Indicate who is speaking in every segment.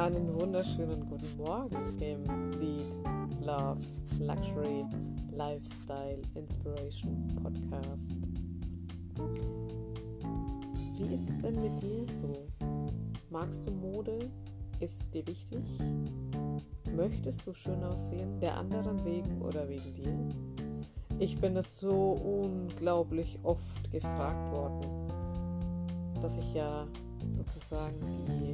Speaker 1: Einen wunderschönen guten Morgen im Lead, Love, Luxury, Lifestyle, Inspiration Podcast. Wie ist es denn mit dir so? Magst du Mode? Ist es dir wichtig? Möchtest du schön aussehen, der anderen wegen oder wegen dir? Ich bin es so unglaublich oft gefragt worden, dass ich ja sozusagen die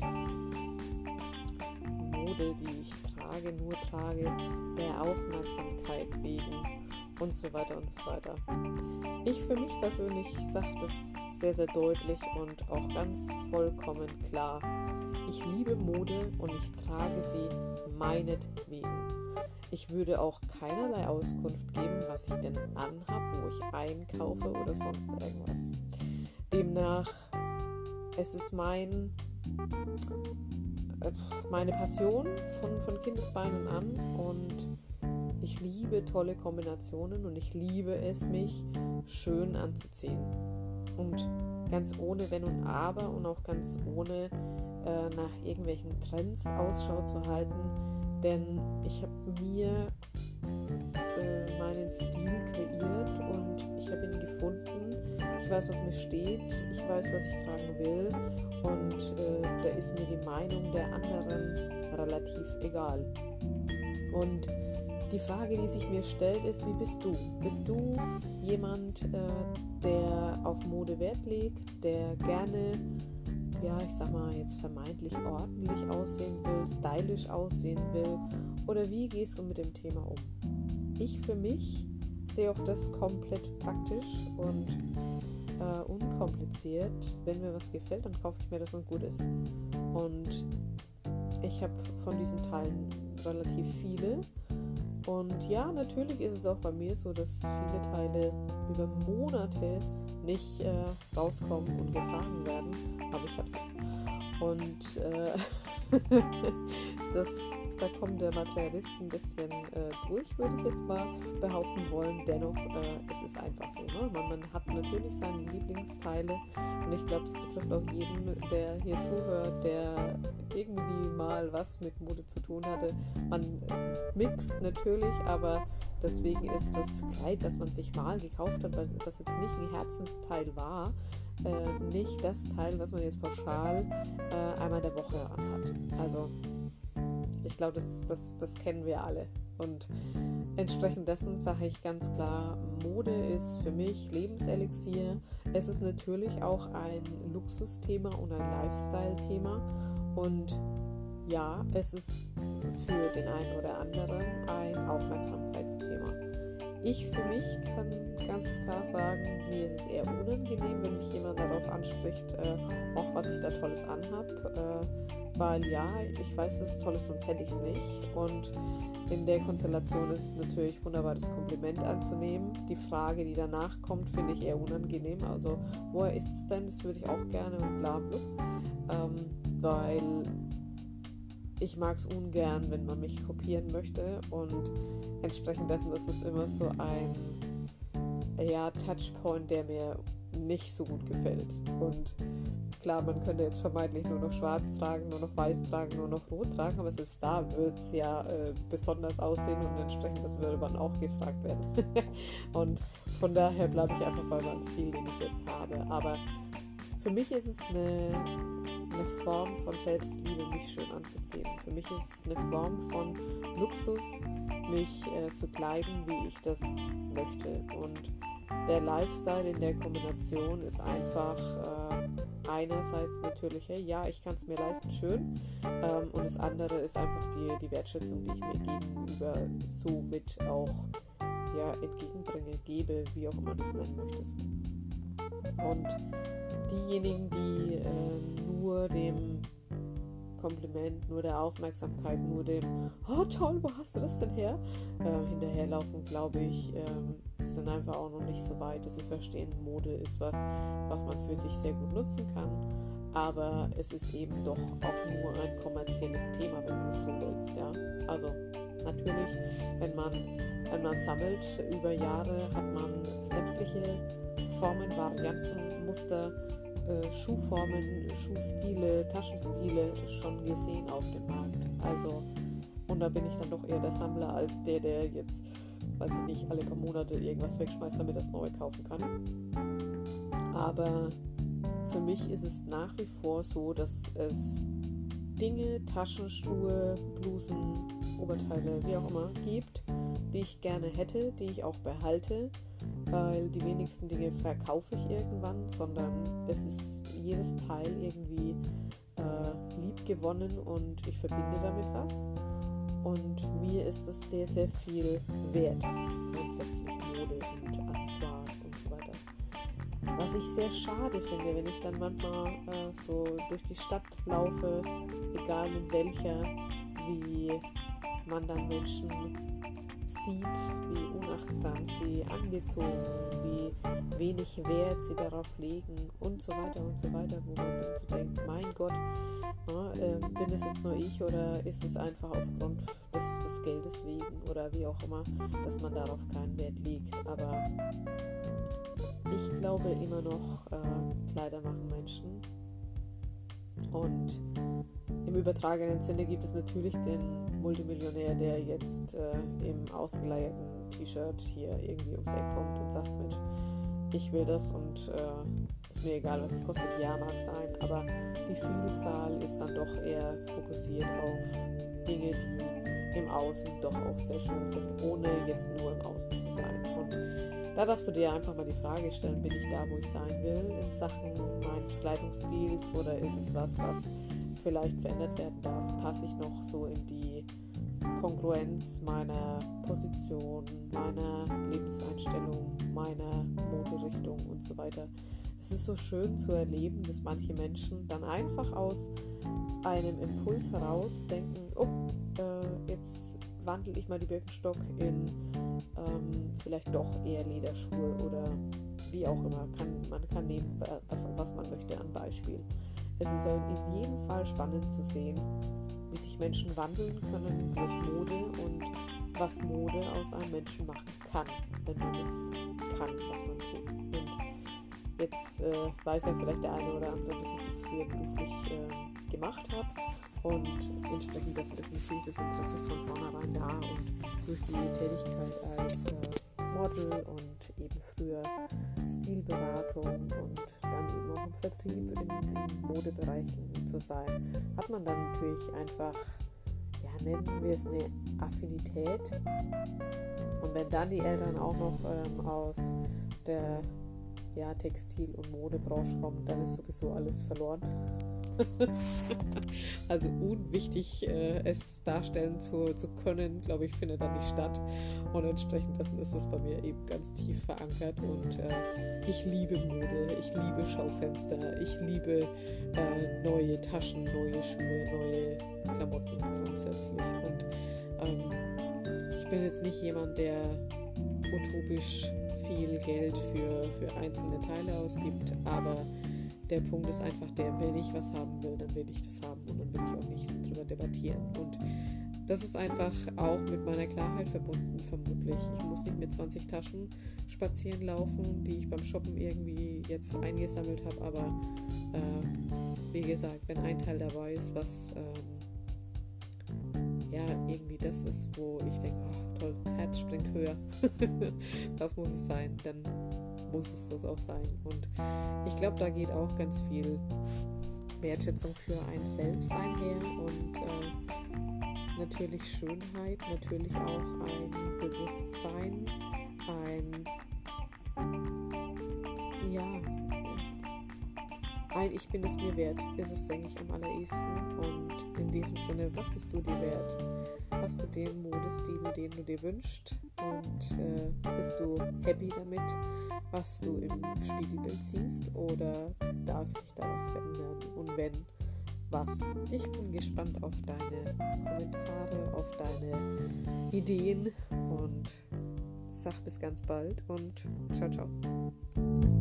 Speaker 1: Mode, die ich trage, nur trage der Aufmerksamkeit wegen und so weiter und so weiter. Ich für mich persönlich sage das sehr, sehr deutlich und auch ganz vollkommen klar. Ich liebe Mode und ich trage sie meinetwegen. Ich würde auch keinerlei Auskunft geben, was ich denn anhabe, wo ich einkaufe oder sonst irgendwas. Demnach, es ist meine Passion von Kindesbeinen an und ich liebe tolle Kombinationen und ich liebe es, mich schön anzuziehen. Und ganz ohne Wenn und Aber und auch ganz ohne nach irgendwelchen Trends Ausschau zu halten, denn ich habe mir meinen Stil kreiert und ich habe ihn gefunden. Ich weiß, was mir steht, ich weiß, was ich tragen will und da ist mir die Meinung der anderen relativ egal. Und die Frage, die sich mir stellt, ist, wie bist du? Bist du jemand, der auf Mode Wert legt, der gerne, ja, ich sag mal jetzt vermeintlich ordentlich aussehen will, stylisch aussehen will? Oder wie gehst du mit dem Thema um? Ich für mich sehe auch das komplett praktisch und unkompliziert. Wenn mir was gefällt, dann kaufe ich mir das und gut ist. Und ich habe von diesen Teilen relativ viele. Und ja, natürlich ist es auch bei mir so, dass viele Teile über Monate nicht rauskommen und getragen werden. Aber ich habe sie. Und da kommt der Materialist ein bisschen durch, würde ich jetzt mal behaupten wollen. Dennoch, es ist einfach so. Ne? Man hat natürlich seine Lieblingsteile und ich glaube, es betrifft auch jeden, der hier zuhört, der irgendwie mal was mit Mode zu tun hatte. Man mixt natürlich, aber deswegen ist das Kleid, das man sich mal gekauft hat, was jetzt nicht ein Herzensteil war, nicht das Teil, was man jetzt pauschal einmal der Woche anhat. Also ich glaube, das kennen wir alle. Und entsprechend dessen sage ich ganz klar, Mode ist für mich Lebenselixier. Es ist natürlich auch ein Luxusthema und ein Lifestyle-Thema. Und ja, es ist für den einen oder anderen ein Aufmerksamkeitsthema. Ich für mich kann ganz klar sagen, mir ist es eher unangenehm, wenn mich jemand darauf anspricht, auch was ich da Tolles anhab. Weil ja, ich weiß, es ist toll, sonst hätte ich es nicht. Und in der Konstellation ist es natürlich wunderbar, das Kompliment anzunehmen. Die Frage, die danach kommt, finde ich eher unangenehm. Also, woher ist es denn? Das würde ich auch gerne und bla bla. Weil ich mag es ungern, wenn man mich kopieren möchte. Und entsprechend dessen ist es immer so ein Touchpoint, der mir nicht so gut gefällt. Und klar, man könnte jetzt vermeintlich nur noch schwarz tragen, nur noch weiß tragen, nur noch rot tragen, aber selbst da wird es ja besonders aussehen und entsprechend das würde man auch gefragt werden. Und von daher bleibe ich einfach bei meinem Stil, den ich jetzt habe. Aber für mich ist es eine Form von Selbstliebe, mich schön anzuziehen. Für mich ist es eine Form von Luxus, mich zu kleiden, wie ich das möchte. Und der Lifestyle in der Kombination ist einfach einerseits natürlich, hey, ja, ich kann es mir leisten, schön. Und das andere ist einfach die Wertschätzung, die ich mir gegenüber somit auch entgegenbringe, gebe, wie auch immer du es nennen möchtest. Und diejenigen, die nur dem Kompliment, nur der Aufmerksamkeit, nur dem "Oh toll, wo hast du das denn her?" hinterherlaufen, glaube ich, sind einfach auch noch nicht so weit, dass sie verstehen, Mode ist was man für sich sehr gut nutzen kann, aber es ist eben doch auch nur ein kommerzielles Thema, wenn du es so willst, ja. Also natürlich, wenn man sammelt über Jahre, hat man sämtliche Formen, Varianten, Muster Schuhformen, Schuhstile, Taschenstile schon gesehen auf dem Markt. Also, und da bin ich dann doch eher der Sammler als der jetzt, weiß ich nicht, alle paar Monate irgendwas wegschmeißt, damit er es neu kaufen kann. Aber für mich ist es nach wie vor so, dass es Dinge, Taschenschuhe, Blusen, Oberteile, wie auch immer, gibt, die ich gerne hätte, die ich auch behalte, weil die wenigsten Dinge verkaufe ich irgendwann, sondern es ist jedes Teil irgendwie lieb gewonnen und ich verbinde damit was. Und mir ist es sehr, sehr viel wert, grundsätzlich Mode und Accessoires und so weiter. Was ich sehr schade finde, wenn ich dann manchmal so durch die Stadt laufe, egal in welcher, wie man dann Menschen sieht, wie unachtsam sie angezogen, wie wenig Wert sie darauf legen und so weiter, wo man dann so denkt, mein Gott, bin es jetzt nur ich oder ist es einfach aufgrund des Geldes wegen oder wie auch immer, dass man darauf keinen Wert legt. Aber ich glaube immer noch, Kleider machen Menschen. Und im übertragenen Sinne gibt es natürlich den Multimillionär, der jetzt im ausgeleierten T-Shirt hier irgendwie ums Eck kommt und sagt, Mensch, ich will das und ist mir egal, was es kostet, ja, mag sein, aber die Vielzahl ist dann doch eher fokussiert auf Dinge, die im Außen doch auch sehr schön sind, ohne jetzt nur im Außen zu sein. Und da darfst du dir einfach mal die Frage stellen, bin ich da, wo ich sein will in Sachen meines Kleidungsstils oder ist es was vielleicht verändert werden darf? Passe ich noch so in die Kongruenz meiner Position, meiner Lebenseinstellung, meiner Moderichtung und so weiter? Es ist so schön zu erleben, dass manche Menschen dann einfach aus einem Impuls heraus denken, jetzt wandle ich mal die Birkenstock in vielleicht doch eher Lederschuhe oder wie auch immer. Man kann nehmen, was man möchte an Beispiel. Es ist in jedem Fall spannend zu sehen, wie sich Menschen wandeln können durch Mode und was Mode aus einem Menschen machen kann, wenn man es kann, was man tut. Und jetzt weiß ja vielleicht der eine oder andere, dass ich das früher beruflich gemacht habe. Und entsprechend ist natürlich das Interesse von vornherein da und durch die Tätigkeit als Model und eben früher Stilberatung und dann eben auch im Vertrieb in Modebereichen zu sein, hat man dann natürlich einfach, ja, nennen wir es eine Affinität. Und wenn dann die Eltern auch noch aus der Textil- und Modebranche kommen, dann ist sowieso alles verloren. Also unwichtig, es darstellen zu können, glaube ich, findet dann nicht statt. Und entsprechend dessen ist es bei mir eben ganz tief verankert. Und ich liebe Mode, ich liebe Schaufenster, ich liebe neue Taschen, neue Schuhe, neue Klamotten grundsätzlich. Und ich bin jetzt nicht jemand, der utopisch viel Geld für einzelne Teile ausgibt, aber der Punkt ist einfach der, wenn ich was haben will, dann will ich das haben und dann will ich auch nicht drüber debattieren. Und das ist einfach auch mit meiner Klarheit verbunden, vermutlich. Ich muss nicht mit 20 Taschen spazieren laufen, die ich beim Shoppen irgendwie jetzt eingesammelt habe, aber wie gesagt, wenn ein Teil dabei ist, was irgendwie das ist, wo ich denke, oh, toll, Herz springt höher, das muss es sein, dann muss es das auch sein. Und ich glaube, da geht auch ganz viel Wertschätzung für einen selbst einher und natürlich Schönheit, natürlich auch ein Bewusstsein, ein Ich bin es mir wert, ist es, denke ich, am allerersten. Und in diesem Sinne, was bist du dir wert? Hast du den Modestil, den du dir wünschst? Und bist du happy damit, was du im Spiegelbild siehst? Oder darf sich da was verändern? Und wenn, was? Ich bin gespannt auf deine Kommentare, auf deine Ideen und sag bis ganz bald und ciao, ciao.